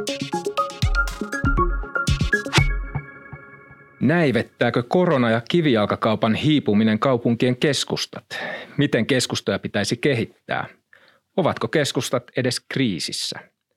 Näivettääkö korona ja kivijalkakaupan hiipuminen kaupunkien keskustat? Miten keskustoja pitäisi kehittää? Ovatko keskustat edes kriisissä?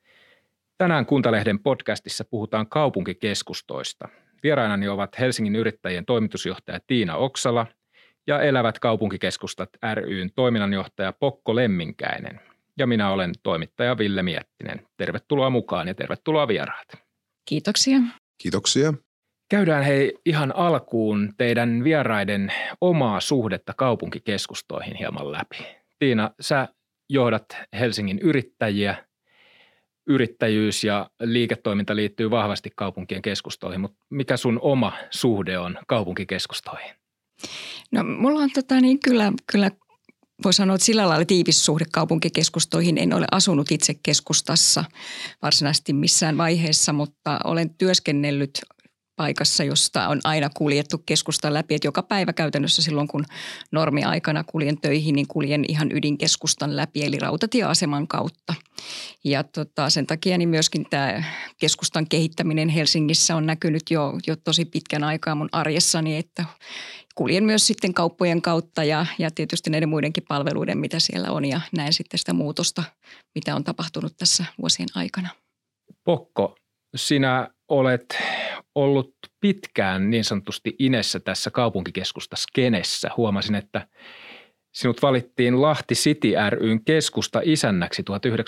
Tänään Kuntalehden podcastissa puhutaan kaupunkikeskustoista. Vierainani ovat Helsingin Yrittäjien toimitusjohtaja Tiina Oksala ja Elävät kaupunkikeskustat ry:n toiminnanjohtaja Pokko Lemminkäinen. Ja minä olen toimittaja Ville Miettinen. Tervetuloa mukaan ja tervetuloa vieraat. Kiitoksia. Kiitoksia. Käydään ihan alkuun teidän vieraiden omaa suhdetta kaupunkikeskustoihin hieman läpi. Tiina, sä johdat Helsingin Yrittäjiä. Yrittäjyys ja liiketoiminta liittyy vahvasti kaupunkien keskustoihin, mutta mikä sun oma suhde on kaupunkikeskustoihin? No mulla on kyllä voi sanoa, että sillä lailla tiivis suhde kaupunkikeskustoihin. En ole asunut itse keskustassa varsinaisesti missään vaiheessa, mutta olen työskennellyt paikassa, josta on aina kuljettu keskustan läpi. Että joka päivä käytännössä silloin, kun normiaikana kuljen töihin, niin kuljen ihan ydinkeskustan läpi, eli rautatieaseman kautta. Ja sen takia niin myöskin tämä keskustan kehittäminen Helsingissä on näkynyt jo tosi pitkän aikaa mun arjessani, että kuljen myös sitten kauppojen kautta ja tietysti näiden muidenkin palveluiden, mitä siellä on, ja näen sitten sitä muutosta, mitä on tapahtunut tässä vuosien aikana. Pokko, sinä olet ollut pitkään niin sanotusti inessä tässä kaupunkikeskustaskenessä. Huomasin, että sinut valittiin Lahti City ry:n keskusta isännäksi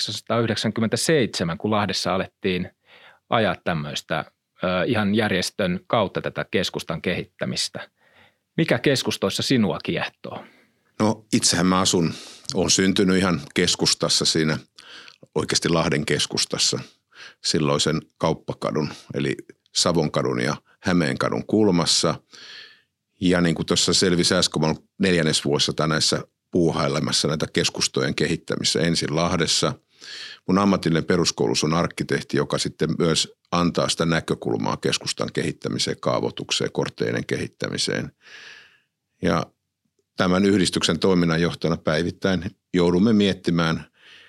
1997, kun Lahdessa alettiin ajaa tämmöistä ihan järjestön kautta tätä keskustan kehittämistä. Mikä keskustoissa sinua kiehtoo? No itsehän mä olen syntynyt ihan keskustassa siinä, oikeasti Lahden keskustassa, silloisen Kauppakadun eli Savonkadun ja Hämeenkadun kulmassa. Ja niin kuin tuossa selvisi äsken, mä olen 4. vuosissa näissä puuhailemassa näitä keskustojen kehittämissä ensin Lahdessa. Mun ammatillinen peruskoulutus on arkkitehti, joka sitten myös antaa sitä näkökulmaa keskustan kehittämiseen, kaavoitukseen, kortteiden kehittämiseen. Ja tämän yhdistyksen toiminnanjohtajana päivittäin joudumme miettimään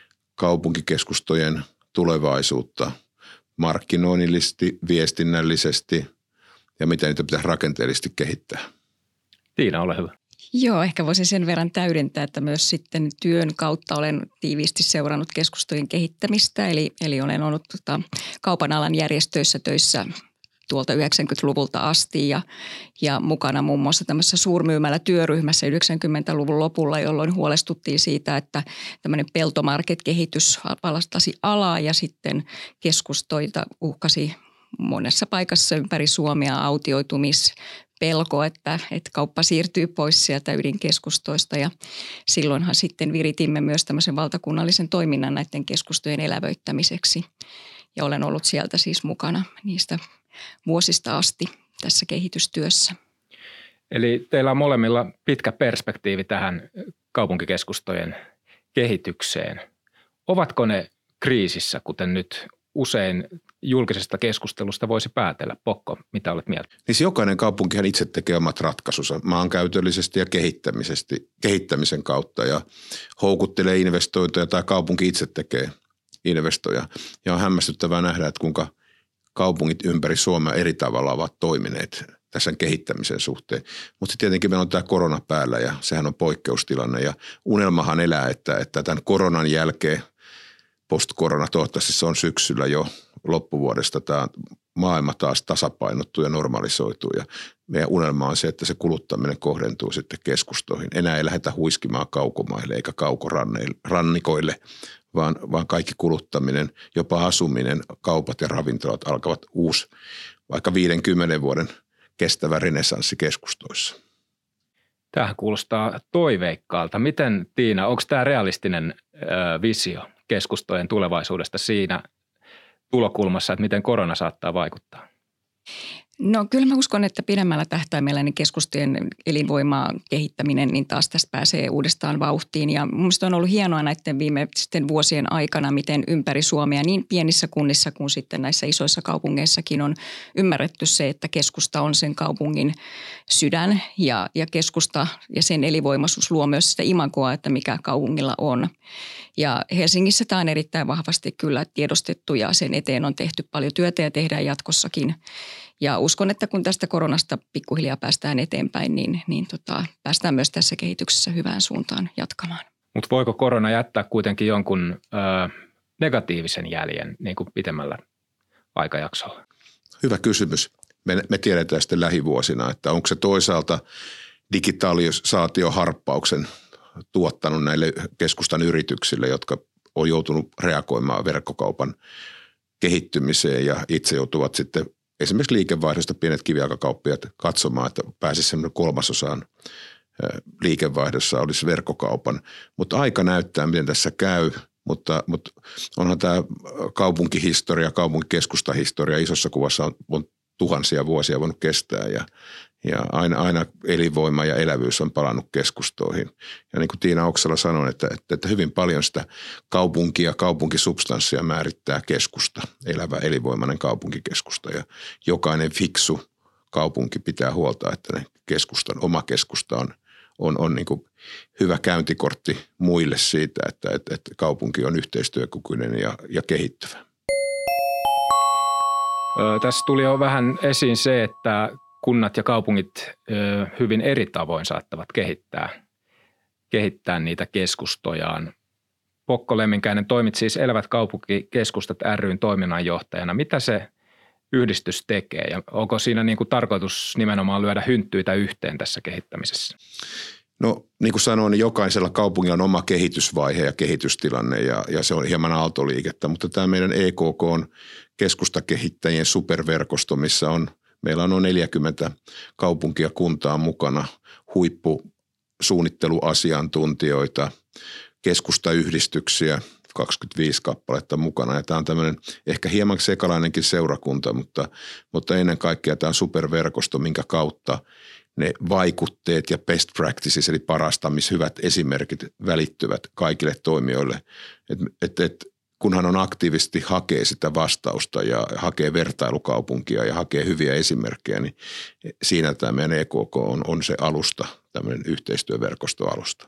kaupunkikeskustojen tulevaisuutta markkinoinnillisesti, viestinnällisesti ja miten niitä pitäisi rakenteellisesti kehittää. Tiina, ole hyvä. Joo, ehkä voisin sen verran täydentää, että myös sitten työn kautta olen tiiviisti seurannut keskustojen kehittämistä. Eli olen ollut kaupan alan järjestöissä töissä tuolta 90-luvulta asti ja mukana muun muassa tämmöisessä suurmyymällä työryhmässä 90-luvun lopulla, jolloin huolestuttiin siitä, että tämmöinen peltomarket-kehitys valastasi alaa ja sitten keskustoita uhkasi monessa paikassa ympäri Suomea autioitumispelko, että kauppa siirtyy pois sieltä ydinkeskustoista, ja silloinhan sitten viritimme myös tämmöisen valtakunnallisen toiminnan näiden keskustojen elävöittämiseksi, ja olen ollut sieltä siis mukana niistä vuosista asti tässä kehitystyössä. Eli teillä on molemmilla pitkä perspektiivi tähän kaupunkikeskustojen kehitykseen. Ovatko ne kriisissä, kuten nyt usein julkisesta keskustelusta voisi päätellä? Pokko, mitä olet mieltä? Niin jokainen kaupunkihan itse tekee omat ratkaisunsa maankäytöllisesti ja kehittämisen kautta ja houkuttelee investointeja tai kaupunki itse tekee investoja. Ja on hämmästyttävää nähdä, että kuinka kaupungit ympäri Suomea eri tavalla ovat toimineet tässä kehittämisen suhteen. Mutta tietenkin meillä on tämä korona päällä ja sehän on poikkeustilanne ja unelmahan elää, että tämän koronan jälkeen post-korona, toivottavasti se on syksyllä jo loppuvuodesta, tämä maailma taas tasapainottuu ja normalisoituu ja meidän unelma on se, että se kuluttaminen kohdentuu sitten keskustoihin. Enää ei lähdetä huiskimaan kaukomaille eikä kaukorannikoille, vaan kaikki kuluttaminen, jopa asuminen, kaupat ja ravintolat alkavat vaikka 50 vuoden kestävä renessanssi keskustoissa. Tämähän kuulostaa toiveikkaalta. Miten, Tiina, onko tämä realistinen visio keskustojen tulevaisuudesta siinä tulokulmassa, että miten korona saattaa vaikuttaa? No kyllä mä uskon, että pidemmällä tähtäimellä niin keskustojen elinvoimaa kehittäminen niin taas tästä pääsee uudestaan vauhtiin. Ja mun mielestä on ollut hienoa näiden viimeisten vuosien aikana, miten ympäri Suomea niin pienissä kunnissa kuin sitten näissä isoissa kaupungeissakin on ymmärretty se, että keskusta on sen kaupungin sydän ja keskusta ja sen elinvoimaisuus luo myös sitä imagoa, että mikä kaupungilla on. Ja Helsingissä tämä on erittäin vahvasti kyllä tiedostettu ja sen eteen on tehty paljon työtä ja tehdään jatkossakin. Ja uskon, että kun tästä koronasta pikkuhiljaa päästään eteenpäin, niin päästään myös tässä kehityksessä hyvään suuntaan jatkamaan. Mutta voiko korona jättää kuitenkin jonkun negatiivisen jäljen niin kuin pitemmällä aikajaksolla? Hyvä kysymys. Me tiedetään sitten lähivuosina, että onko se toisaalta digitalisaatioharppauksen tuottanut näille keskustan yrityksille, jotka on joutunut reagoimaan verkkokaupan kehittymiseen ja itse joutuvat sitten esimerkiksi liikevaihdosta pienet kivijalkakauppiaat katsomaan, että pääsisi semmoinen 3/3 liikevaihdossa olisi verkkokaupan. Mutta aika näyttää, miten tässä käy, mutta onhan tämä kaupunkihistoria, kaupunkikeskustahistoria isossa kuvassa on tuhansia vuosia voinut kestää ja aina elinvoima ja elävyys on palannut keskustoihin. Ja niin kuin Tiina Oksala sanoi, että hyvin paljon sitä kaupunkia, kaupunkisubstanssia määrittää keskusta, elävä elinvoimainen kaupunkikeskusta. Ja jokainen fiksu kaupunki pitää huolta, että oma keskusta on niin kuin hyvä käyntikortti muille siitä, että kaupunki on yhteistyökykyinen ja kehittyvä. Tässä tuli jo vähän esiin se, että kunnat ja kaupungit hyvin eri tavoin saattavat kehittää niitä keskustojaan. Pokko Lemminkäinen toimit siis Elävät kaupunkikeskustat ry:n toiminnanjohtajana. Mitä se yhdistys tekee ja onko siinä niin kuin tarkoitus nimenomaan lyödä hynttyyitä yhteen tässä kehittämisessä? No niin kuin sanoin, niin jokaisella kaupungilla on oma kehitysvaihe ja kehitystilanne ja se on hieman aaltoliikettä, mutta tämä meidän EKK on keskustakehittäjien superverkosto, missä meillä on noin 40 kaupunkia kuntaa mukana, huippusuunnitteluasiantuntijoita, keskustayhdistyksiä, 25 kappaletta mukana. Ja tämä on tämmöinen ehkä hieman sekalainenkin seurakunta, mutta ennen kaikkea tämä on superverkosto, minkä kautta ne vaikutteet ja best practices, eli parastamishyvät esimerkit välittyvät kaikille toimijoille. Kunhan on aktiivisesti hakee sitä vastausta ja hakee vertailukaupunkia ja hakee hyviä esimerkkejä, niin siinä tämä meidän EKK on se alusta, tämmöinen yhteistyöverkostoalusta.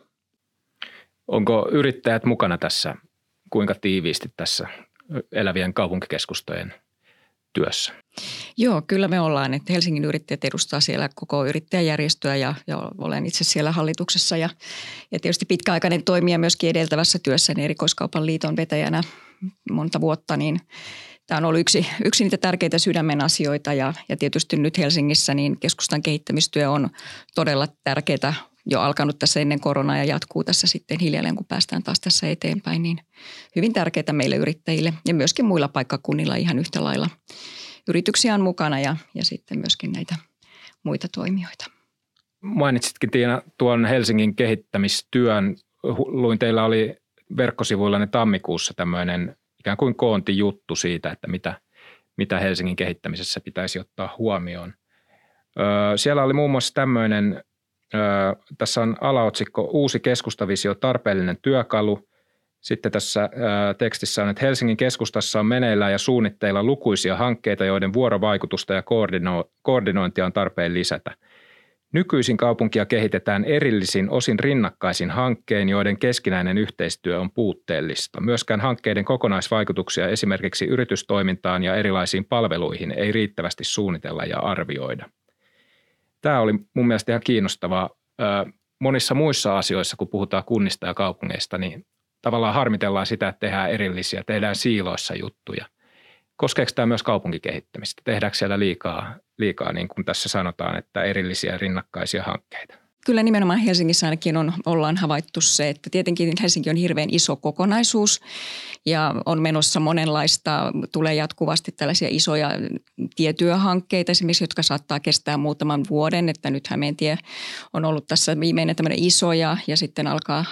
Onko yrittäjät mukana tässä, kuinka tiiviisti tässä elävien kaupunkikeskustojen työssä? Joo, kyllä me ollaan. Että Helsingin yrittäjät edustaa siellä koko yrittäjäjärjestöä ja olen itse siellä hallituksessa ja tietysti pitkäaikainen toimija myöskin edeltävässä työssäni Erikoiskaupan liiton vetäjänä monta vuotta, niin tämä on ollut yksi niitä tärkeitä sydämen asioita ja tietysti nyt Helsingissä niin keskustan kehittämistyö on todella tärkeää jo alkanut tässä ennen koronaa ja jatkuu tässä sitten hiljalleen, kun päästään taas tässä eteenpäin, niin hyvin tärkeää meille yrittäjille ja myöskin muilla paikkakunnilla ihan yhtä lailla. Yrityksiä on mukana ja sitten myöskin näitä muita toimijoita. Mainitsitkin Tiina tuon Helsingin kehittämistyön. Luin teillä oli verkkosivuillanne tammikuussa tämmöinen ikään kuin koontijuttu siitä, että mitä Helsingin kehittämisessä pitäisi ottaa huomioon. Siellä oli muun muassa tämmöinen, tässä on alaotsikko Uusi keskustavisio, tarpeellinen työkalu. Sitten tässä tekstissä on, että Helsingin keskustassa on meneillään ja suunnitteilla lukuisia hankkeita, joiden vuorovaikutusta ja koordinointia on tarpeen lisätä. Nykyisin kaupunkia kehitetään erillisin osin rinnakkaisin hankkein, joiden keskinäinen yhteistyö on puutteellista. Myöskään hankkeiden kokonaisvaikutuksia esimerkiksi yritystoimintaan ja erilaisiin palveluihin ei riittävästi suunnitella ja arvioida. Tämä oli mun mielestä ihan kiinnostavaa. Monissa muissa asioissa, kun puhutaan kunnista ja kaupungeista, niin tavallaan harmitellaan sitä, että tehdään erillisiä, tehdään siiloissa juttuja. Koskeeko tämä myös kaupunkikehittämistä? Tehdäänkö siellä liikaa, niin kuin tässä sanotaan, että erillisiä rinnakkaisia hankkeita? Kyllä nimenomaan Helsingissä ainakin ollaan havaittu se, että tietenkin Helsinki on hirveän iso kokonaisuus ja on menossa monenlaista, tulee jatkuvasti tällaisia isoja tietyöhankkeita esimerkiksi, jotka saattaa kestää muutaman vuoden, että nyt Hämeentie on ollut tässä viimeinen tämmöinen iso ja sitten alkaa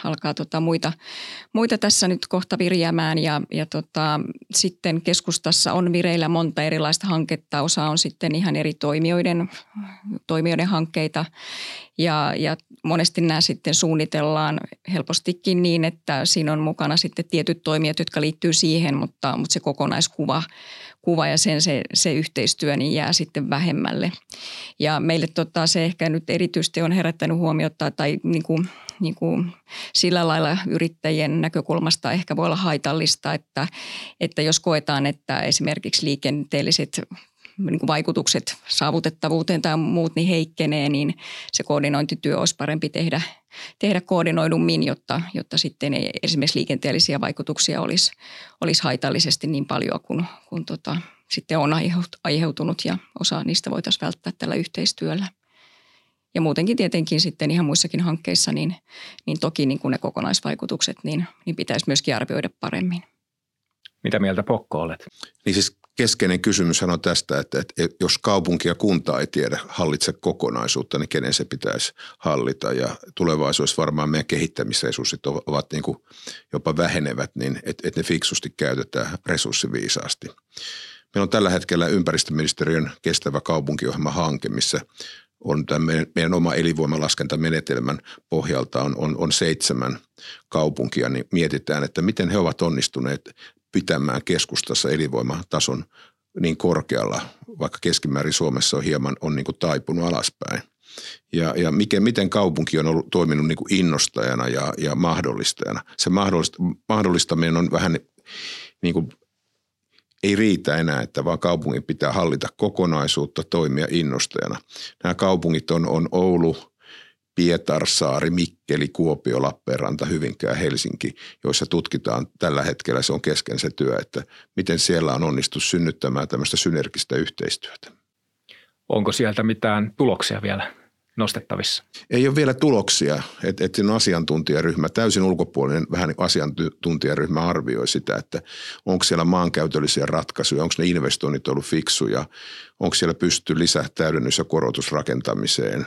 muita tässä nyt kohta virjäämään ja sitten keskustassa on vireillä monta erilaista hanketta, osa on sitten ihan eri toimijoiden hankkeita. Ja monesti nämä sitten suunnitellaan helpostikin niin, että siinä on mukana sitten tietyt toimijat, jotka liittyy siihen, mutta se kokonaiskuva ja se yhteistyö niin jää sitten vähemmälle. Ja meille se ehkä nyt erityisesti on herättänyt huomiota tai niin kuin sillä lailla yrittäjien näkökulmasta ehkä voi olla haitallista, että jos koetaan, että esimerkiksi liikenteelliset niin kuin vaikutukset saavutettavuuteen tai muut niin heikkenee, niin se koordinointityö olisi parempi tehdä koordinoidummin, jotta sitten ei esimerkiksi liikenteellisiä vaikutuksia olisi haitallisesti niin paljon kuin sitten on aiheutunut ja osa niistä voitaisiin välttää tällä yhteistyöllä. Ja muutenkin tietenkin sitten ihan muissakin hankkeissa, niin toki niin kuin ne kokonaisvaikutukset niin pitäisi myöskin arvioida paremmin. Mitä mieltä Pokko olet? Niin siis keskeinen kysymys on tästä, että jos kaupunki ja kunta ei hallitse kokonaisuutta, niin kenen se pitäisi hallita. Ja tulevaisuudessa varmaan meidän kehittämisresurssit ovat niin kuin jopa vähenevät, niin että ne fiksusti käytetään resurssiviisaasti. Meillä on tällä hetkellä ympäristöministeriön kestävä kaupunkiohjelma-hanke, missä on meidän oma elinvoimalaskentamenetelmän pohjalta on 7 kaupunkia, niin mietitään, että miten he ovat onnistuneet pitämään keskustassa elinvoimatason niin korkealla, vaikka keskimäärin Suomessa on niin kuin taipunut alaspäin. Ja miten kaupunki on toiminut niin kuin innostajana ja mahdollistajana. Se mahdollistaminen on vähän niin kuin ei riitä enää, että vaan kaupungin pitää hallita kokonaisuutta, toimia innostajana. Nämä kaupungit on Oulu, Pietarsaari, Mikkeli, Kuopio, Lappeenranta, Hyvinkää, Helsinki, joissa tutkitaan tällä hetkellä, se on kesken se työ, että miten siellä on onnistu synnyttämään tämmöistä synergistä yhteistyötä. Onko sieltä mitään tuloksia vielä nostettavissa? Ei ole vielä tuloksia, että siinä on asiantuntijaryhmä, täysin ulkopuolinen vähän asiantuntijaryhmä arvioi sitä, että onko siellä maankäytöllisiä ratkaisuja, onko ne investoinnit ollut fiksuja, onko siellä pystytty lisätäydennys- ja korotusrakentamiseen.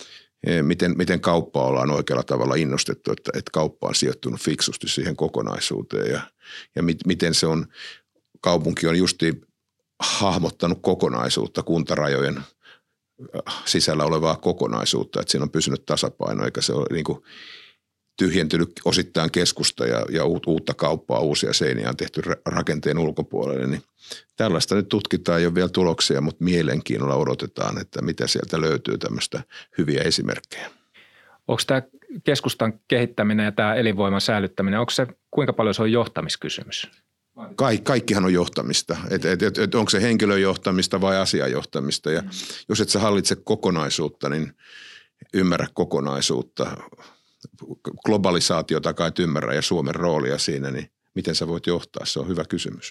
Miten kauppaa ollaan oikealla tavalla innostettu, että kauppa on sijoittunut fiksusti siihen kokonaisuuteen ja miten se on, kaupunki on justiin hahmottanut kokonaisuutta, kuntarajojen sisällä olevaa kokonaisuutta, että siinä on pysynyt tasapaino eikä se ole niin kuin tyhjentynyt osittain keskusta ja uutta kauppaa, uusia seiniä on tehty rakenteen ulkopuolelle, niin tällaista nyt tutkitaan, ei ole vielä tuloksia, mutta mielenkiinnolla odotetaan, että mitä sieltä löytyy tämmöistä hyviä esimerkkejä. Onko tämä keskustan kehittäminen ja tämä elinvoiman säilyttäminen, kuinka paljon se on johtamiskysymys? Kaikkihan on johtamista, että onko se henkilöjohtamista vai asiajohtamista ja jos et sä hallitse kokonaisuutta, niin ymmärrä kokonaisuutta. Globalisaatiota kai et ymmärrä ja Suomen roolia siinä, niin miten sä voit johtaa? Se on hyvä kysymys.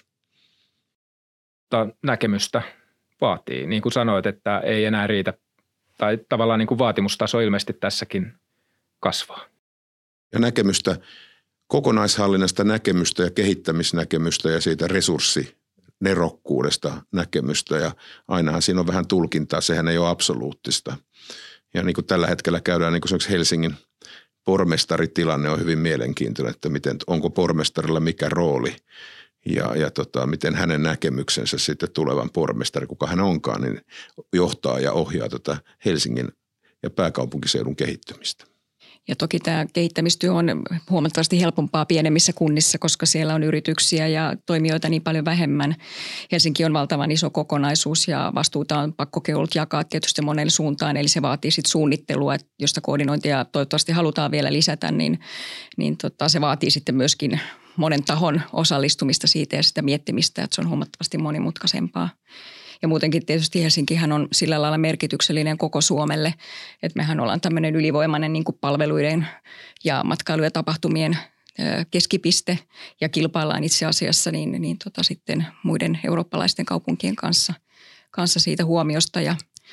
Näkemystä vaatii. Niin kuin sanoit, että ei enää riitä, tai tavallaan niin kuin vaatimustaso ilmeisesti tässäkin kasvaa. Ja näkemystä, kokonaishallinnasta näkemystä ja kehittämisnäkemystä ja siitä resurssinerokkuudesta näkemystä ja ainahan siinä on vähän tulkintaa, sehän ei ole absoluuttista. Ja niin kuin tällä hetkellä käydään niin kuin esimerkiksi Helsingin pormestaritilanne on hyvin mielenkiintoinen, että onko pormestarilla mikä rooli ja miten hänen näkemyksensä sitten tulevan pormestari, kuka hän onkaan, niin johtaa ja ohjaa Helsingin ja pääkaupunkiseudun kehittymistä. Ja toki tämä kehittämistyö on huomattavasti helpompaa pienemmissä kunnissa, koska siellä on yrityksiä ja toimijoita niin paljon vähemmän. Helsinki on valtavan iso kokonaisuus ja vastuuta on pakko jakaa tietysti monelle suuntaan. Eli se vaatii sitten suunnittelua, josta koordinointia toivottavasti halutaan vielä lisätä, niin se vaatii sitten myöskin monen tahon osallistumista siitä ja sitä miettimistä, että se on huomattavasti monimutkaisempaa. Ja muutenkin tietysti Helsinkihän on sillä lailla merkityksellinen koko Suomelle, että mehän ollaan tämmöinen ylivoimainen niin kuin palveluiden ja matkailu- ja tapahtumien keskipiste ja kilpaillaan itse asiassa sitten muiden eurooppalaisten kaupunkien kanssa siitä huomiosta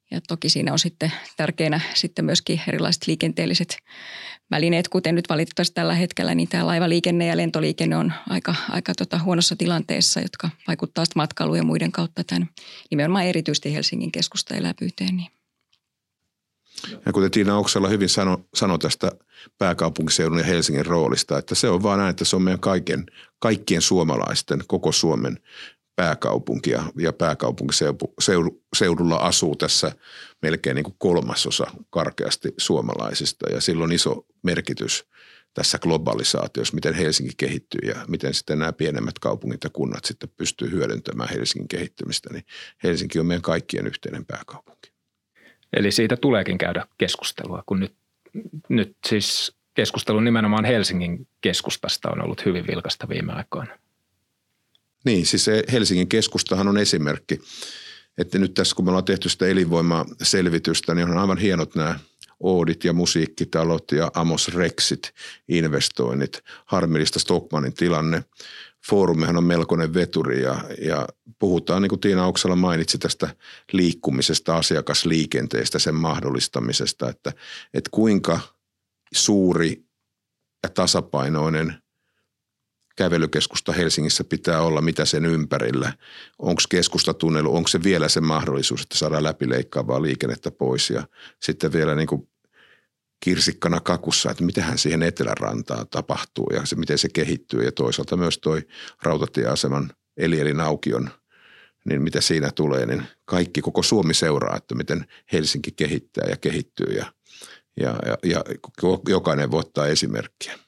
Ja toki siinä on sitten tärkeänä sitten myöskin erilaiset liikenteelliset välineet, kuten nyt valitettavasti tällä hetkellä, niin tämä laivaliikenne ja lentoliikenne on aika huonossa tilanteessa, jotka vaikuttaa matkailuun ja muiden kautta tämän nimenomaan erityisesti Helsingin keskustaelävyyteen. Niin. Ja kuten Tiina Oksala hyvin sanoi tästä pääkaupunkiseudun ja Helsingin roolista, että se on vaan näin, että se on meidän kaikkien suomalaisten, koko Suomen pääkaupunki ja pääkaupunkiseudulla asuu tässä melkein niin kuin 1/3 karkeasti suomalaisista ja sillä on iso merkitys tässä globalisaatiossa, miten Helsinki kehittyy ja miten sitten nämä pienemmät kaupungit ja kunnat sitten pystyy hyödyntämään Helsingin kehittymistä, niin Helsinki on meidän kaikkien yhteinen pääkaupunki. Eli siitä tuleekin käydä keskustelua, kun nyt siis keskustelu nimenomaan Helsingin keskustasta on ollut hyvin vilkasta viime aikoina. Niin, siis Helsingin keskustahan on esimerkki, että nyt tässä kun me ollaan tehty sitä elinvoimaselvitystä, niin on aivan hienot nämä Oodit ja musiikkitalot ja Amos Rexit investoinnit. Harmillista Stockmannin tilanne. Foorumihan on melkoinen veturi ja puhutaan, niin kuin Tiina Oksala mainitsi, tästä liikkumisesta, asiakasliikenteestä, sen mahdollistamisesta, että kuinka suuri ja tasapainoinen kävelykeskusta Helsingissä pitää olla, mitä sen ympärillä. Onko keskustatunnelu, onko se vielä se mahdollisuus, että saadaan läpileikkaavaa liikennettä pois ja sitten vielä niin kuin kirsikkana kakussa, että mitähän siihen Etelärantaan tapahtuu ja se, miten se kehittyy ja toisaalta myös toi rautatieaseman Elielin-aukion, niin mitä siinä tulee, niin kaikki koko Suomi seuraa, että miten Helsinki kehittää ja kehittyy ja jokainen voi ottaa esimerkkiä.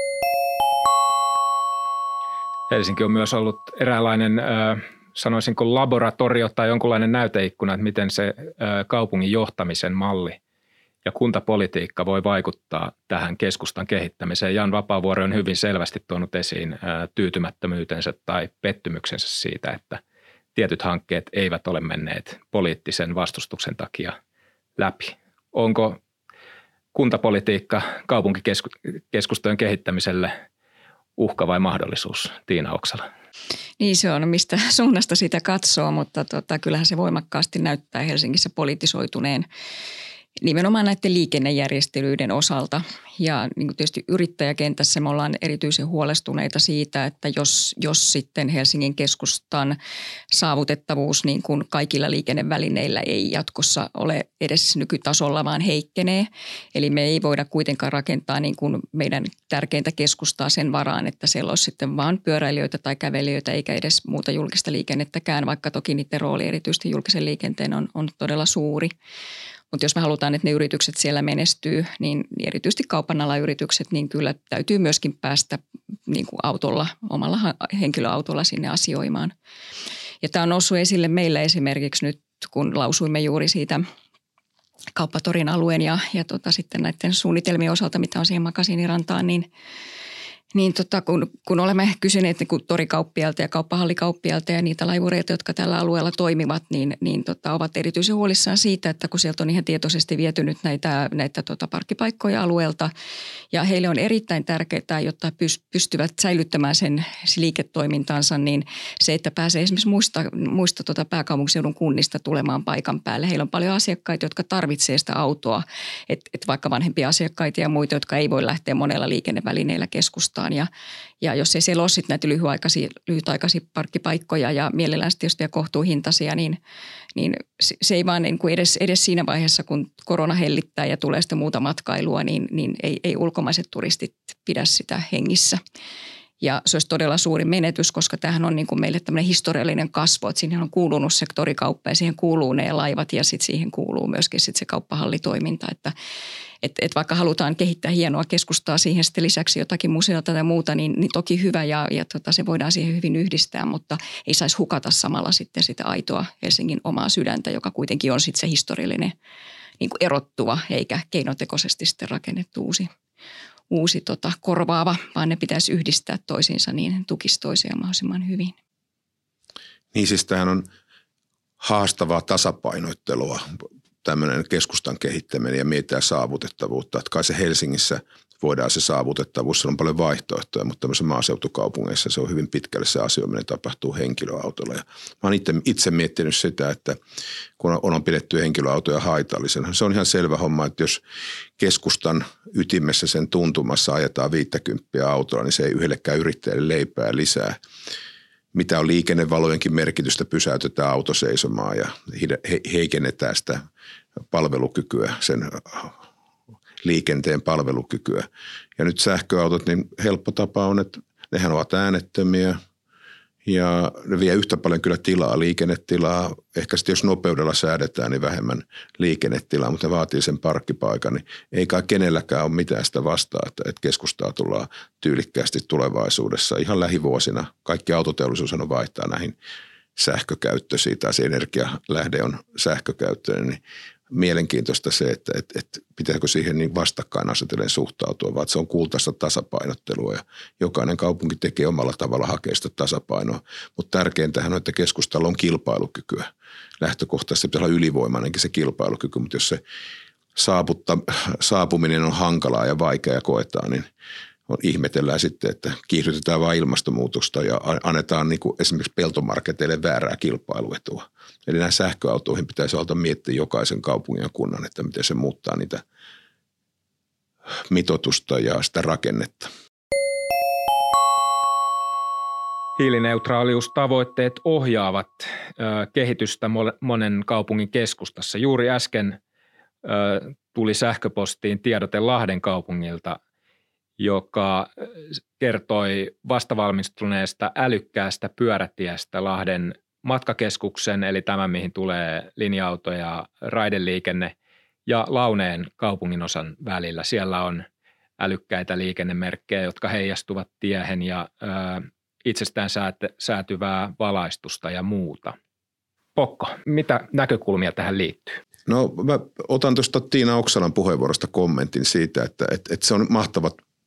Helsinki on myös ollut eräänlainen, sanoisinko laboratorio tai jonkunlainen näyteikkuna, että miten se kaupungin johtamisen malli ja kuntapolitiikka voi vaikuttaa tähän keskustan kehittämiseen. Jan Vapaavuori on hyvin selvästi tuonut esiin tyytymättömyytensä tai pettymyksensä siitä, että tietyt hankkeet eivät ole menneet poliittisen vastustuksen takia läpi. Onko kuntapolitiikka kaupunkikeskustojen kehittämiselle uhka vai mahdollisuus, Tiina Oksala? Niin se on, mistä suunnasta sitä katsoo, mutta kyllähän se voimakkaasti näyttää Helsingissä politisoituneen nimenomaan näiden liikennejärjestelyiden osalta. Ja niin kuin tietysti yrittäjäkentässä me ollaan erityisen huolestuneita siitä, että jos sitten Helsingin keskustan saavutettavuus niin kuin kaikilla liikennevälineillä ei jatkossa ole edes nykytasolla, vaan heikkenee. Eli me ei voida kuitenkaan rakentaa niin kuin meidän tärkeintä keskustaa sen varaan, että siellä olisi sitten vaan pyöräilijöitä tai kävelijöitä eikä edes muuta julkista liikennettäkään, vaikka toki niiden rooli erityisesti julkisen liikenteen on todella suuri. Mutta jos me halutaan, että ne yritykset siellä menestyy, niin erityisesti kaupan alan yritykset, niin kyllä täytyy myöskin päästä niin kuin autolla, omalla henkilöautolla sinne asioimaan. Ja tämä on noussut esille meillä esimerkiksi nyt, kun lausuimme juuri siitä Kauppatorin alueen ja sitten näiden suunnitelmien osalta, mitä on siihen Makasiinirantaan, kun olemme kysyneet niin torikauppialta ja kauppahallikauppialta ja niitä laivureita, jotka tällä alueella toimivat, niin ovat erityisen huolissaan siitä, että kun sieltä on ihan tietoisesti viety nyt näitä parkkipaikkoja alueelta ja heille on erittäin tärkeää, jotta pystyvät säilyttämään sen liiketoimintansa, niin se, että pääsee esimerkiksi muista pääkaupunkiseudun kunnista tulemaan paikan päälle. Heillä on paljon asiakkaita, jotka tarvitsee sitä autoa, että vaikka vanhempia asiakkaita ja muita, jotka ei voi lähteä monella liikennevälineellä keskustaan. Ja jos ei siellä ole sitten näitä lyhytaikaisia parkkipaikkoja ja mielellään tietysti ja kohtuuhintaisia, niin se ei vaan niin kuin edes siinä vaiheessa, kun korona hellittää ja tulee sitten muuta matkailua, niin ei ulkomaiset turistit pidä sitä hengissä. Ja se olisi todella suuri menetys, koska tämähän on niin kuin meille tämmöinen historiallinen kasvu, että siihen on kuulunut sektorikauppa ja siihen kuuluu ne laivat ja sitten siihen kuuluu myöskin sitten se kauppahallitoiminta, että vaikka halutaan kehittää hienoa keskustaa siihen sitten lisäksi jotakin museota tai muuta, niin toki hyvä ja se voidaan siihen hyvin yhdistää, mutta ei saisi hukata samalla sitten sitä aitoa Helsingin omaa sydäntä, joka kuitenkin on sitten se historiallinen niin kuin erottuva eikä keinotekoisesti sitten rakennettu uusi korvaava, vaan ne pitäisi yhdistää toisiinsa, niin ne tukisi toisiaan mahdollisimman hyvin. Niin siis tämähän on haastavaa tasapainoittelua, tämmöinen keskustan kehittäminen ja mietitään saavutettavuutta. Että kai se Helsingissä voidaan se saavutettavuus, on paljon vaihtoehtoja, mutta tämmöisissä maaseutukaupungeissa se on hyvin pitkälle se asioiminen tapahtuu henkilöautolla. Ja mä oon itse miettinyt sitä, että kun on pidetty henkilöautoja haitallisena, se on ihan selvä homma, että jos keskustan ytimessä sen tuntumassa ajetaan 50 autolla, niin se ei yhdellekään yrittäjälle leipää lisää. Mitä on liikennevalojenkin merkitystä, pysäytetään auto seisomaan ja heikennetään sitä palvelukykyä, sen liikenteen palvelukykyä. Ja nyt sähköautot, niin helppo tapa on, että nehän ovat äänettömiä ja ne vie yhtä paljon kyllä tilaa, liikennetilaa. Ehkä sitten jos nopeudella säädetään, niin vähemmän liikennetilaa, mutta ne vaatii sen parkkipaikan. Niin ei kai kenelläkään ole mitään sitä vastaa, että keskustaa tullaan tyylikkäästi tulevaisuudessa. Ihan lähivuosina kaikki autoteollisuus on vaihtaa näihin sähkökäyttöisiin tai se energialähde on sähkökäyttöinen, niin mielenkiintoista se, että pitääkö siihen niin vastakkainasetelleen suhtautua, vaan se on kultaista tasapainottelua ja jokainen kaupunki tekee omalla tavalla hakea sitä tasapainoa. Mutta tärkeintähän on, että keskustalla on kilpailukykyä. Lähtökohtaisesti pitää olla ylivoimainenkin se kilpailukyky, mutta jos se saapuminen on hankalaa ja vaikea ja koetaan, niin ihmetellään sitten, että kiihdytetään vain ilmastonmuutosta ja annetaan niin kuin esimerkiksi peltomarketeille väärää kilpailuetua. Eli näihin sähköautoihin pitäisi alta miettiä jokaisen kaupungin ja kunnan, että miten se muuttaa niitä mitoitusta ja sitä rakennetta. Hiilineutraaliustavoitteet ohjaavat kehitystä monen kaupungin keskustassa. Juuri äsken tuli sähköpostiin tiedote Lahden kaupungilta, joka kertoi vastavalmistuneesta älykkäästä pyörätiestä Lahden matkakeskuksen, eli tämä mihin tulee linja-auto ja raideliikenne, ja Launeen kaupunginosan välillä. Siellä on älykkäitä liikennemerkkejä, jotka heijastuvat tiehen ja itsestään säätyvää valaistusta ja muuta. Pokko, mitä näkökulmia tähän liittyy? No mä otan tuosta Tiina Oksalan puheenvuorosta kommentin siitä, että se on mahtava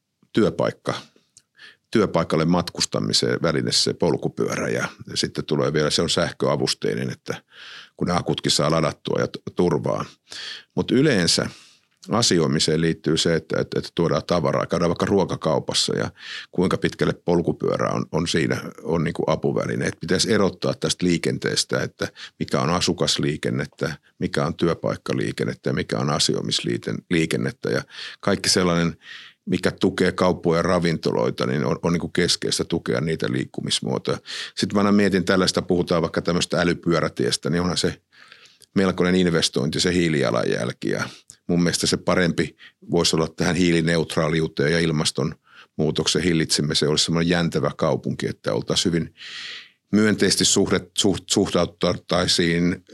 työpaikalle matkustamiseen väline se polkupyörä ja sitten tulee vielä, se on sähköavusteinen, että kun ne akutkin saa ladattua ja turvaa. Mutta yleensä asioimiseen liittyy se, että tuodaan tavaraa, käydään vaikka ruokakaupassa ja kuinka pitkälle polkupyörä on siinä on niin kuin apuväline. Et pitäisi erottaa tästä liikenteestä, että mikä on asukasliikennettä, mikä on työpaikkaliikennettä ja mikä on asioimisliikennettä ja kaikki sellainen, mikä tukee kauppoja ja ravintoloita, niin on niin kuin keskeistä tukea niitä liikkumismuotoja. Sitten mä aina mietin tällaista, puhutaan vaikka tämmöistä älypyörätiestä, niin onhan se melkoinen investointi, se hiilijalanjälki. Ja mun mielestä se parempi voisi olla tähän hiilineutraaliuteen ja ilmastonmuutoksen hillitsemiseen olisi semmoinen jäntävä kaupunki, että oltaisiin hyvin myönteisesti suhtauduttaisiin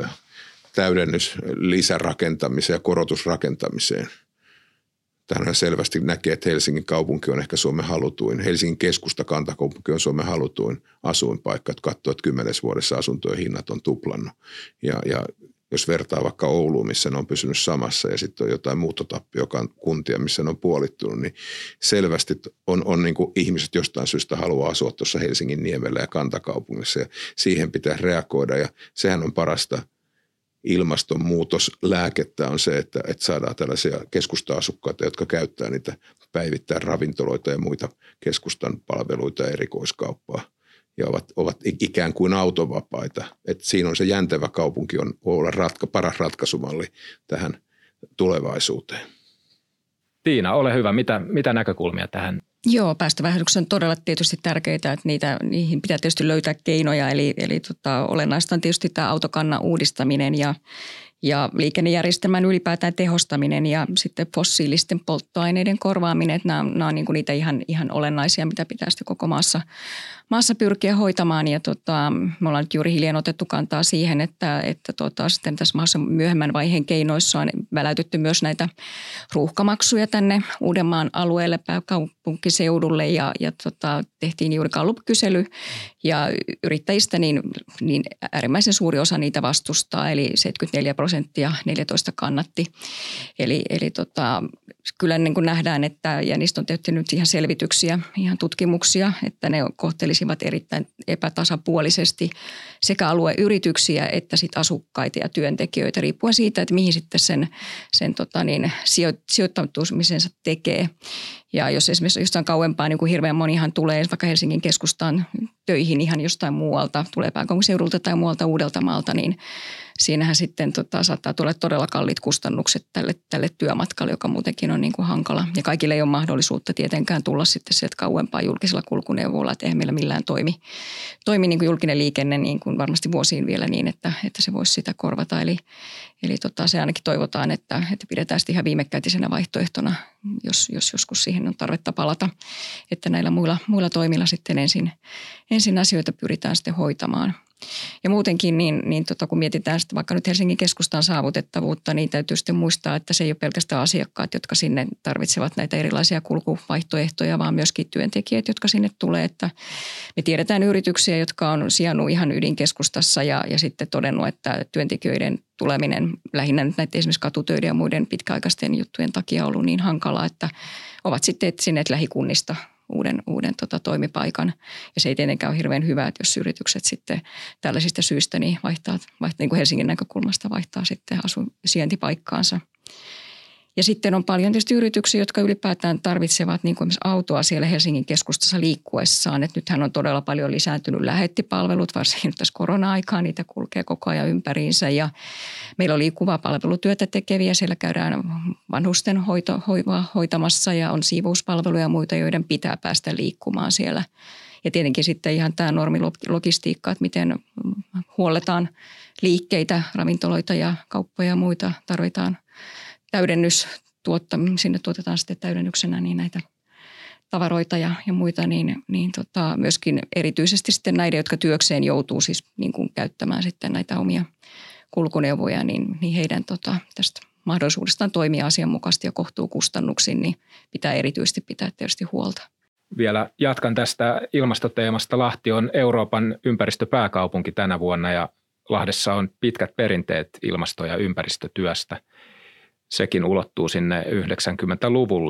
täydennyslisärakentamiseen ja korotusrakentamiseen. Tähän selvästi näkee, että Helsingin kaupunki on ehkä Suomen halutuin. Helsingin keskusta kantakaupunki on Suomen halutuin asuinpaikka. Että katsoo, että 10 vuodessa asuntojen hinnat on tuplannut. Ja jos vertaa vaikka Ouluun, missä ne on pysynyt samassa ja sitten on jotain muuttotappiokuntia, missä ne on puolittunut, niin selvästi on niin kuin ihmiset jostain syystä haluaa asua tuossa Helsingin niemellä ja kantakaupungissa ja siihen pitää reagoida ja sehän on parasta ilmastonmuutoslääkettä on se, että saadaan tällaisia keskusta-asukkaita, jotka käyttää niitä päivittäin ravintoloita ja muita keskustan palveluita ja erikoiskauppaa ja ovat ikään kuin autovapaita. Et siinä on se jäntävä kaupunki on olla paras ratkaisumalli tähän tulevaisuuteen. Tiina, ole hyvä. Mitä näkökulmia tähän? Joo, päästövähennykset on todella tietysti tärkeitä, että niihin pitää tietysti löytää keinoja. Eli olennaista on tietysti tämä autokannan uudistaminen ja liikennejärjestelmän ylipäätään tehostaminen ja sitten fossiilisten polttoaineiden korvaaminen. Että nämä on niin kuin niitä ihan olennaisia, mitä pitää sitten koko maassa pyrkiä hoitamaan. Ja me ollaan nyt juuri hiljan otettu kantaa siihen, että sitten tässä maassa myöhemmän vaiheen keinoissa on väläytetty myös näitä ruuhkamaksuja tänne Uudenmaan alueelle pääkaupunkiseudulle ja tehtiin juuri Gallup-kysely ja yrittäjistä niin äärimmäisen suuri osa niitä vastustaa, eli 74%, 14% kannatti. Eli kyllä niin kuin nähdään, ja niistä on tehty nyt ihan selvityksiä, ihan tutkimuksia, että ne kohtelisivat erittäin epätasapuolisesti sekä alueyrityksiä että sit asukkaita ja työntekijöitä, riippuen siitä, että mihin sitten sen sijoittautumisensa tekee. Ja jos esimerkiksi jostain kauempaa, niin kuin hirveän monihan tulee vaikka Helsingin keskustaan töihin ihan jostain muualta, tulee pääkaupunkiseudulta tai muualta Uudeltamaalta, niin siinähän sitten saattaa tulla todella kalliit kustannukset tälle työmatkalle, joka muutenkin on niin kuin hankala. Ja kaikille ei ole mahdollisuutta tietenkään tulla sitten sieltä kauempaa julkisella kulkuneuvolla, että eihän meillä millään toimi niin kuin julkinen liikenne niin kuin varmasti vuosiin vielä niin, että se voisi sitä korvata. Eli se ainakin toivotaan, että pidetään sitä ihan viimekätisenä vaihtoehtona, jos joskus siihen on tarvetta palata, että näillä muilla toimilla sitten ensin asioita pyritään sitten hoitamaan. Ja muutenkin, kun mietitään sitten vaikka nyt Helsingin keskustan saavutettavuutta, niin täytyy sitten muistaa, että se ei ole pelkästään asiakkaat, jotka sinne tarvitsevat näitä erilaisia kulkuvaihtoehtoja, vaan myöskin työntekijät, jotka sinne tulee. Että me tiedetään yrityksiä, jotka on sijannut ihan ydinkeskustassa ja sitten todennut, että työntekijöiden tuleminen lähinnä nyt näiden esimerkiksi katutöiden ja muiden pitkäaikaisten juttujen takia on ollut niin hankalaa, että ovat sitten etsineet lähikunnista uuden toimipaikan. Ja se ei tietenkään ole hirveän hyvä, että jos yritykset sitten tällaisista syistä niin vaihtaa niin kuin Helsingin näkökulmasta vaihtaa sitten sijaintipaikkaansa. Ja sitten on paljon tietysti yrityksiä, jotka ylipäätään tarvitsevat niin kuin autoa siellä Helsingin keskustassa liikkuessaan. Että nythän on todella paljon lisääntynyt lähettipalvelut, varsinkin tässä korona-aikaan niitä kulkee koko ajan ympäriinsä. Ja meillä on liikkuvaa palvelutyötä tekeviä, siellä käydään vanhusten hoivaa hoitamassa ja on siivouspalveluja ja muita, joiden pitää päästä liikkumaan siellä. Ja tietenkin sitten ihan tämä normilogistiikka, että miten huolletaan liikkeitä, ravintoloita ja kauppoja ja muita tarvitaan. Sinne tuotetaan sitten täydennyksenä niin näitä tavaroita ja muita, niin myöskin erityisesti sitten näiden, jotka työkseen joutuu siis niin kuin käyttämään sitten näitä omia kulkuneuvoja, niin heidän tästä mahdollisuudestaan toimia asianmukaisesti ja kohtuukustannuksin, niin pitää erityisesti pitää tietysti huolta. Vielä jatkan tästä ilmastoteemasta. Lahti on Euroopan ympäristöpääkaupunki tänä vuonna ja Lahdessa on pitkät perinteet ilmasto- ja ympäristötyöstä. Sekin ulottuu sinne 90-luvulle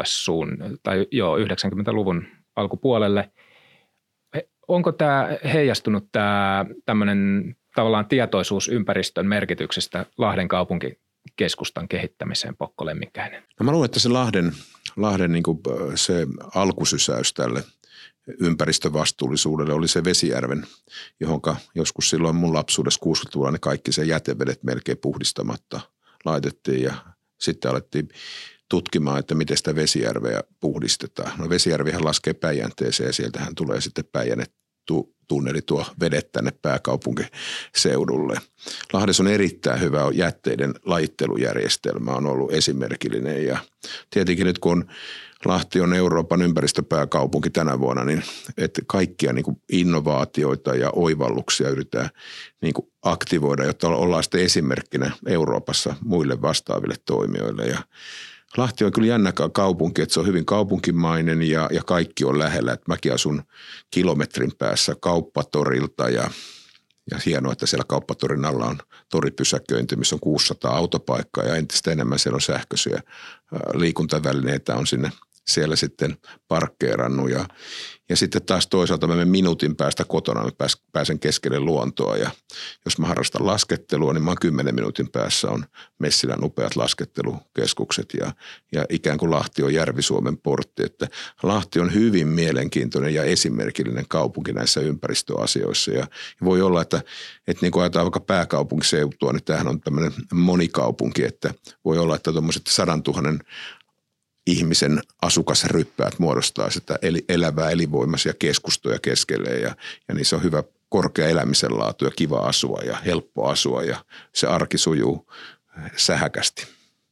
90-luvun alkupuolelle. Onko tämä heijastunut tämä tämmöinen tavallaan tietoisuus ympäristön merkityksestä Lahden kaupunkikeskustan kehittämiseen, Pokko Lemminkäinen? No mä luulen, että se Lahden niin kuin se alkusysäys tälle ympäristövastuullisuudelle oli se Vesijärven, johonka joskus silloin mun lapsuudessa 60-luvulla ne kaikki se jätevedet melkein puhdistamatta laitettiin ja sitten alettiin tutkimaan, että miten sitä Vesijärveä puhdistetaan. No Vesijärvihän laskee Päijänteeseen ja sieltähän tulee sitten Päijänne-tunneli tuo vedet tänne pääkaupunkiseudulle. Lahdessa on erittäin hyvä jätteiden lajittelujärjestelmä, on ollut esimerkillinen ja tietenkin nyt kun Lahti on Euroopan ympäristöpääkaupunki tänä vuonna, niin että kaikkia niin kuin innovaatioita ja oivalluksia yritetään niin kuin aktivoida, jotta ollaan sitten esimerkkinä Euroopassa muille vastaaville toimijoille. Ja Lahti on kyllä jännä kaupunki, että se on hyvin kaupunkimainen ja kaikki on lähellä. Että mäkin asun kilometrin päässä kauppatorilta ja hienoa, että siellä kauppatorin alla on toripysäköinti, missä on 600 autopaikkaa ja entistä enemmän siellä on sähköisiä liikuntavälineitä on siellä sitten parkkeerannut ja sitten taas toisaalta mä menen minuutin päästä kotona, mä pääsen keskelle luontoa ja jos mä harrastan laskettelua, niin mä oon 10 minuutin päässä on Messilän upeat laskettelukeskukset ja ikään kuin Lahti on Järvi-Suomen portti, että Lahti on hyvin mielenkiintoinen ja esimerkillinen kaupunki näissä ympäristöasioissa ja voi olla, että niin kuin ajatellaan vaikka pääkaupunkiseutua, niin tämähän on tämmöinen monikaupunki, että voi olla, että tuommoiset 100 000 ihmisen asukasryppäät muodostaa sitä elävää elinvoimaisia keskustoja keskelleen ja niissä on hyvä korkea elämisen laatu ja kiva asua ja helppo asua ja se arki sujuu sähäkästi.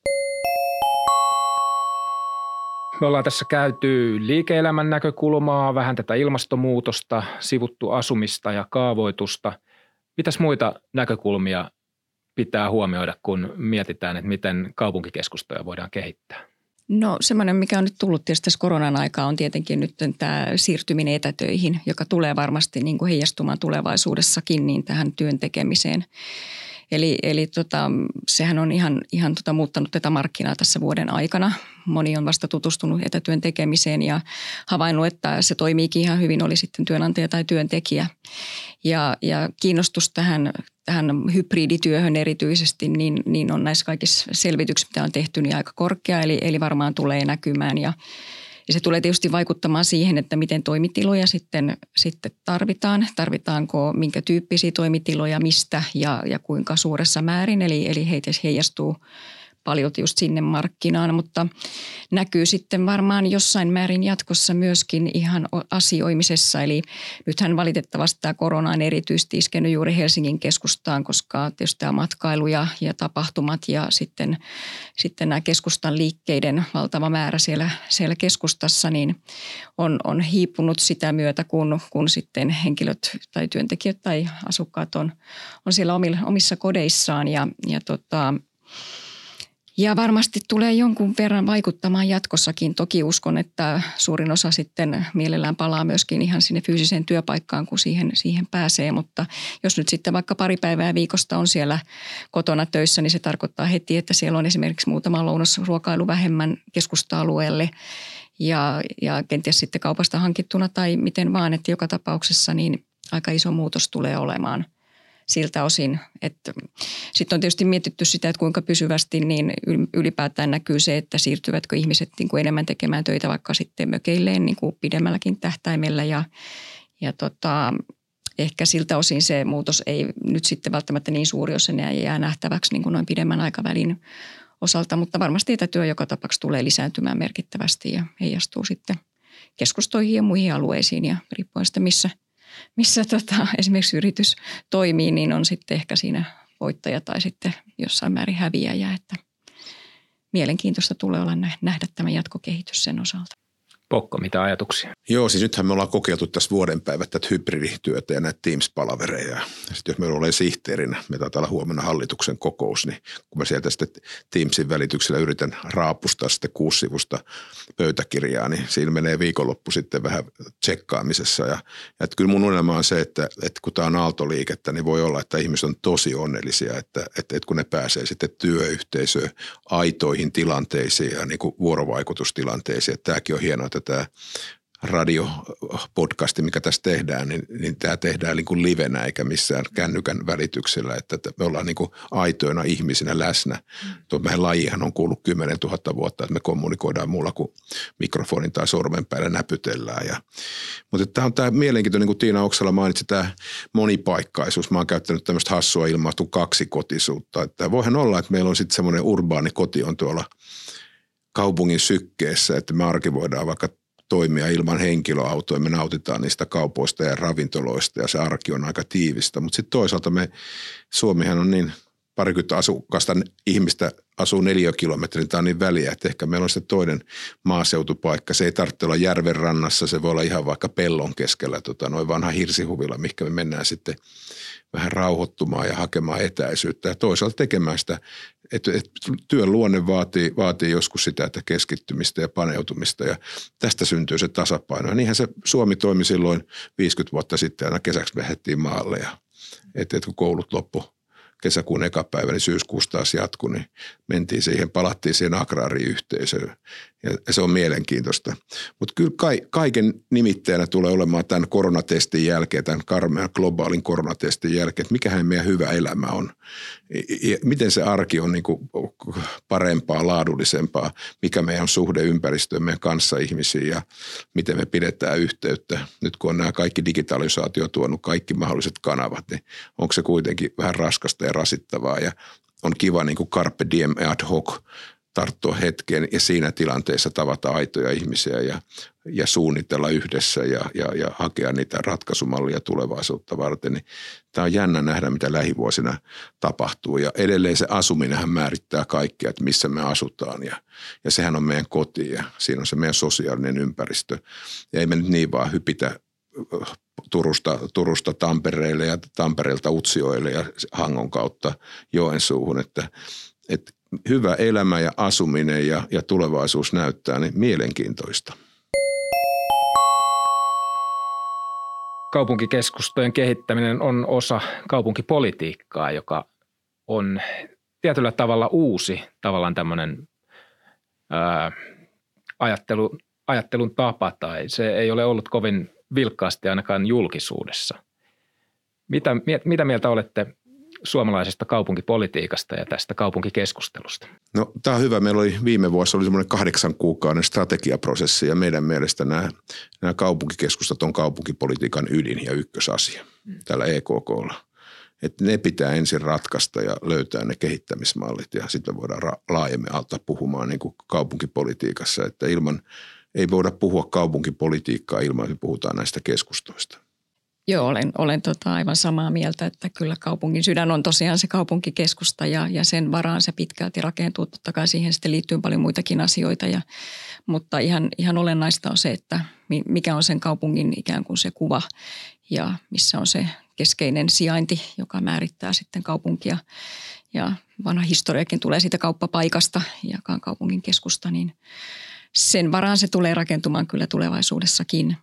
Me ollaan tässä käyty liike-elämän näkökulmaa, vähän tätä ilmastonmuutosta, sivuttu asumista ja kaavoitusta. Mitäs muita näkökulmia pitää huomioida, kun mietitään, että miten kaupunkikeskustoja voidaan kehittää? No semmoinen, mikä on nyt tullut tietysti tässä koronan aikaa, on tietenkin nyt tämä siirtyminen etätöihin, joka tulee varmasti niin kuin heijastumaan tulevaisuudessakin niin tähän työn tekemiseen. Eli sehän on ihan muuttanut tätä markkinaa tässä vuoden aikana. Moni on vasta tutustunut etätyön tekemiseen ja havainnut, että se toimiikin ihan hyvin, oli sitten työnantaja tai työntekijä. Ja kiinnostus tähän hybridityöhön erityisesti niin on näissä kaikissa selvityksissä, mitä on tehty, niin aika korkea. Eli varmaan tulee näkymään ja se tulee tietysti vaikuttamaan siihen, että miten toimitiloja sitten tarvitaan. Tarvitaanko minkä tyyppisiä toimitiloja, mistä ja kuinka suuressa määrin. Eli heitä heijastuu paljon just sinne markkinaan, mutta näkyy sitten varmaan jossain määrin jatkossa myöskin ihan asioimisessa. Eli nythän valitettavasti tämä korona on erityisesti iskenyt juuri Helsingin keskustaan, koska tietysti tämä matkailu ja tapahtumat ja sitten nämä keskustan liikkeiden valtava määrä siellä keskustassa niin on hiipunut sitä myötä, kun sitten henkilöt tai työntekijät tai asukkaat on siellä omissa kodeissaan ja varmasti tulee jonkun verran vaikuttamaan jatkossakin. Toki uskon, että suurin osa sitten mielellään palaa myöskin ihan sinne fyysiseen työpaikkaan, kun siihen pääsee. Mutta jos nyt sitten vaikka pari päivää viikosta on siellä kotona töissä, niin se tarkoittaa heti, että siellä on esimerkiksi muutama lounasruokailu vähemmän keskusta-alueelle ja kenties sitten kaupasta hankittuna tai miten vaan. Että joka tapauksessa niin aika iso muutos tulee olemaan siltä osin, että sitten on tietysti mietitty sitä, että kuinka pysyvästi niin ylipäätään näkyy se, että siirtyvätkö ihmiset niin kuin enemmän tekemään töitä vaikka sitten mökeilleen niin kuin pidemmälläkin tähtäimellä ja ehkä siltä osin se muutos ei nyt sitten välttämättä niin suuri, jos se jää nähtäväksi niin kuin noin pidemmän aikavälin osalta, mutta varmasti etätyö joka tapauksessa tulee lisääntymään merkittävästi ja heijastuu sitten keskustoihin ja muihin alueisiin ja riippuen sitä missä esimerkiksi yritys toimii, niin on sitten ehkä siinä voittaja tai sitten jossain määrin häviäjä, että mielenkiintoista tulee olla nähdä tämä jatkokehitys sen osalta. Pokko, mitä ajatuksia? Joo, siis nythän me ollaan kokeiltu tässä vuoden päivät tätä hybridityötä ja näitä Teams-palavereja. Sitten jos meillä olen sihteerinä, me taitaa olla huomenna hallituksen kokous, niin kun mä sieltä sitten Teamsin välityksellä yritän raapustaa sitten 6-sivusta pöytäkirjaa, niin siinä menee viikonloppu sitten vähän tsekkaamisessa. Ja että kyllä mun unelma on se, että kun tämä on aaltoliikettä, niin voi olla, että ihmiset on tosi onnellisia, että kun ne pääsee sitten työyhteisöön, aitoihin tilanteisiin ja niin kuin vuorovaikutustilanteisiin. Että tämäkin on hienoa, että tämä radiopodcasti, mikä tässä tehdään, niin tämä tehdään niin kuin livenä eikä missään kännykän välityksellä, että me ollaan niin kuin aitoina ihmisinä läsnä. Tuo meidän lajihan on kuullut 10 000 vuotta, että me kommunikoidaan muulla kuin mikrofonin tai sormen päällä näpytellään. Mutta tämä on tämä mielenkiintoinen, niin kuin Tiina Oksala mainitsi, tämä monipaikkaisuus. Mä oon käyttänyt tämmöistä hassua ilmaistua kaksikotisuutta. Että voihan olla, että meillä on sitten semmoinen urbaani koti on tuolla kaupungin sykkeessä, että me arkivoidaan vaikka toimia ilman henkilöautoja. Me nautitaan niistä kaupoista ja ravintoloista ja se arki on aika tiivistä. Mutta sitten toisaalta Suomihan on niin parikymmentä asukasta ihmistä asuu 4 kilometrin, tämä on niin väliä, että ehkä meillä on se toinen maaseutupaikka. Se ei tarvitse olla järven rannassa, se voi olla ihan vaikka pellon keskellä, noin vanha hirsihuvilla, mihinkä me mennään sitten vähän rauhoittumaan ja hakemaan etäisyyttä ja toisaalta tekemään sitä, että työn luonne vaatii joskus sitä, että keskittymistä ja paneutumista ja tästä syntyy se tasapaino. Ja niinhän se Suomi toimi silloin 50 vuotta sitten, aina kesäksi lähdettiin maalle ja että kun koulut loppu kesäkuun eka päivä, niin syyskuussa taas jatkui, niin mentiin siihen, palattiin siihen agraariyhteisöön ja se on mielenkiintoista. Mutta kyllä kaiken nimittäjänä tulee olemaan tämän koronatestin jälkeen, tämän karmean globaalin koronatestin jälkeen, että mikähän meidän hyvä elämä on. Ja miten se arki on niin kuin parempaa, laadullisempaa, mikä meidän suhde ympäristöön, meidän kanssaihmisiin ja miten me pidetään yhteyttä. Nyt kun on nämä kaikki digitalisaatio tuonut kaikki mahdolliset kanavat, niin onko se kuitenkin vähän raskasta ja rasittavaa ja on kiva niin kuin carpe diem ad hoc tarttua hetkeen ja siinä tilanteessa tavata aitoja ihmisiä ja suunnitella yhdessä ja hakea niitä ratkaisumallia tulevaisuutta varten. Niin tämä on jännä nähdä, mitä lähivuosina tapahtuu ja edelleen se asuminenhan määrittää kaikkea, että missä me asutaan ja sehän on meidän koti ja siinä on se meidän sosiaalinen ympäristö. Ja ei me nyt niin vaan hypitä Turusta Tampereelle ja Tampereelta Utsjoelle ja Hangon kautta Joensuuhun, että hyvä elämä ja asuminen ja tulevaisuus näyttää niin mielenkiintoista. Kaupunkikeskustojen kehittäminen on osa kaupunkipolitiikkaa, joka on tietyllä tavalla uusi tavallaan tämmöinen ajattelun tapa tai se ei ole ollut kovin vilkkaasti ainakaan julkisuudessa. Mitä mieltä olette suomalaisesta kaupunkipolitiikasta ja tästä kaupunkikeskustelusta? No tämä on hyvä. Meillä oli viime vuosi semmoinen 8 kuukauden strategiaprosessi ja meidän mielestä nämä kaupunkikeskustat on kaupunkipolitiikan ydin ja ykkösasia täällä EKK:lla. Että ne pitää ensin ratkaista ja löytää ne kehittämismallit ja sitten me voidaan laajemmin alta puhumaan niin kuin kaupunkipolitiikassa, että ei voida puhua kaupunkipolitiikkaa ilman, että puhutaan näistä keskustoista. Joo, olen aivan samaa mieltä, että kyllä kaupungin sydän on tosiaan se kaupunkikeskusta ja sen varaan se pitkälti rakentuu. Totta kai siihen sitten liittyy paljon muitakin asioita, mutta ihan olennaista on se, että mikä on sen kaupungin ikään kuin se kuva ja missä on se keskeinen sijainti, joka määrittää sitten kaupunkia. Ja vanha historiakin tulee siitä kauppapaikasta, joka on kaupungin keskusta, niin sen varaan se tulee rakentumaan kyllä tulevaisuudessakin.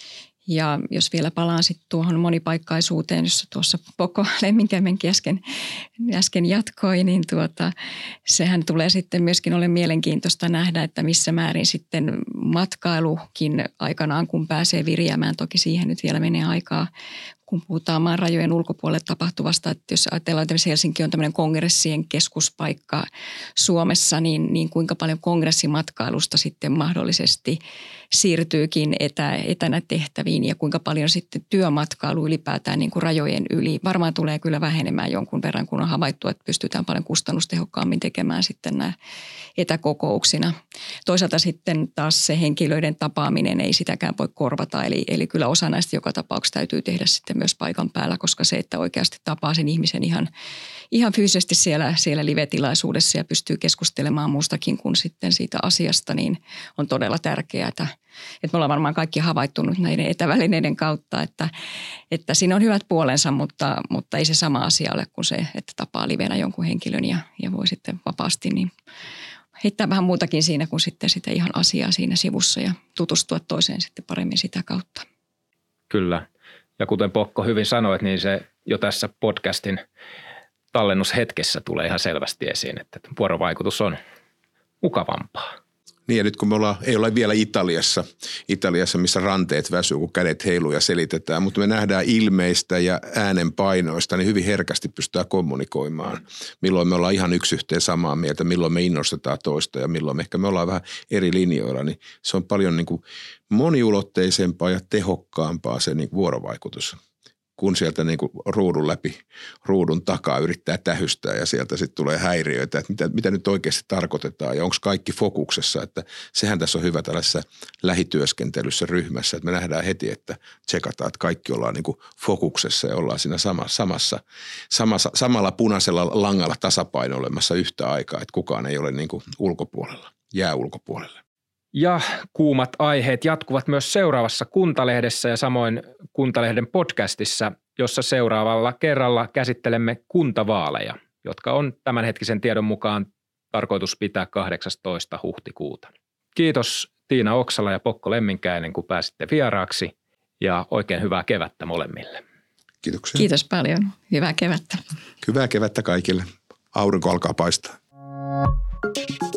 Ja jos vielä palaan sitten tuohon monipaikkaisuuteen, jossa tuossa Pokko Lemminkämmenkin äsken jatkoi, niin sehän tulee sitten myöskin ole mielenkiintoista nähdä, että missä määrin sitten matkailukin aikanaan, kun pääsee viriämään, toki siihen nyt vielä menee aikaa, kun puhutaan maan rajojen ulkopuolelle tapahtuvasta, että jos ajatellaan, että Helsinki on tämmöinen kongressien keskuspaikka Suomessa, niin kuinka paljon kongressimatkailusta sitten mahdollisesti siirtyykin etänä tehtäviin ja kuinka paljon sitten työmatkailu ylipäätään niin kuin rajojen yli. Varmaan tulee kyllä vähenemään jonkun verran, kun on havaittu, että pystytään paljon kustannustehokkaammin tekemään sitten nämä etäkokouksina. Toisaalta sitten taas se henkilöiden tapaaminen ei sitäkään voi korvata, eli kyllä osa näistä joka tapauksessa täytyy tehdä sitten myös paikan päällä, koska se, että oikeasti tapaa sen ihmisen ihan fyysisesti siellä live-tilaisuudessa ja pystyy keskustelemaan muustakin kuin sitten siitä asiasta, niin on todella tärkeää, että me ollaan varmaan kaikki havaittunut näiden etävälineiden kautta, että siinä on hyvät puolensa, mutta ei se sama asia ole kuin se, että tapaa livenä jonkun henkilön ja voi sitten vapaasti niin heittää vähän muutakin siinä kuin sitten sitä ihan asiaa siinä sivussa ja tutustua toiseen sitten paremmin sitä kautta. Kyllä. Ja kuten Pokko hyvin sanoit, niin se jo tässä podcastin tallennushetkessä tulee ihan selvästi esiin, että vuorovaikutus on mukavampaa. Niin ja nyt kun ei olla vielä Italiassa, missä ranteet väsyy, kun kädet heiluu ja selitetään, mutta me nähdään ilmeistä ja äänenpainoista, niin hyvin herkästi pystytään kommunikoimaan. Milloin me ollaan ihan yksi yhteen samaa mieltä, milloin me innostetaan toista ja milloin ehkä me ollaan vähän eri linjoilla, niin se on paljon niin kuin moniulotteisempaa ja tehokkaampaa se niin kuin vuorovaikutus. Kun sieltä niin kuin ruudun takaa yrittää tähystää ja sieltä sitten tulee häiriöitä, että mitä nyt oikeasti tarkoitetaan ja onko kaikki fokuksessa, että sehän tässä on hyvä tällaisessa lähityöskentelyssä ryhmässä, että me nähdään heti, että tsekataan, että kaikki ollaan niin kuin fokuksessa ja ollaan siinä samalla punaisella langalla tasapainoilemassa yhtä aikaa, että kukaan ei ole niin kuin jää ulkopuolelle. Ja kuumat aiheet jatkuvat myös seuraavassa Kuntalehdessä ja samoin Kuntalehden podcastissa, jossa seuraavalla kerralla käsittelemme kuntavaaleja, jotka on tämänhetkisen tiedon mukaan tarkoitus pitää 18. huhtikuuta. Kiitos Tiina Oksala ja Pokko Lemminkäinen, kun pääsitte vieraaksi ja oikein hyvää kevättä molemmille. Kiitoksia. Kiitos paljon. Hyvää kevättä. Hyvää kevättä kaikille. Aurinko alkaa paistaa.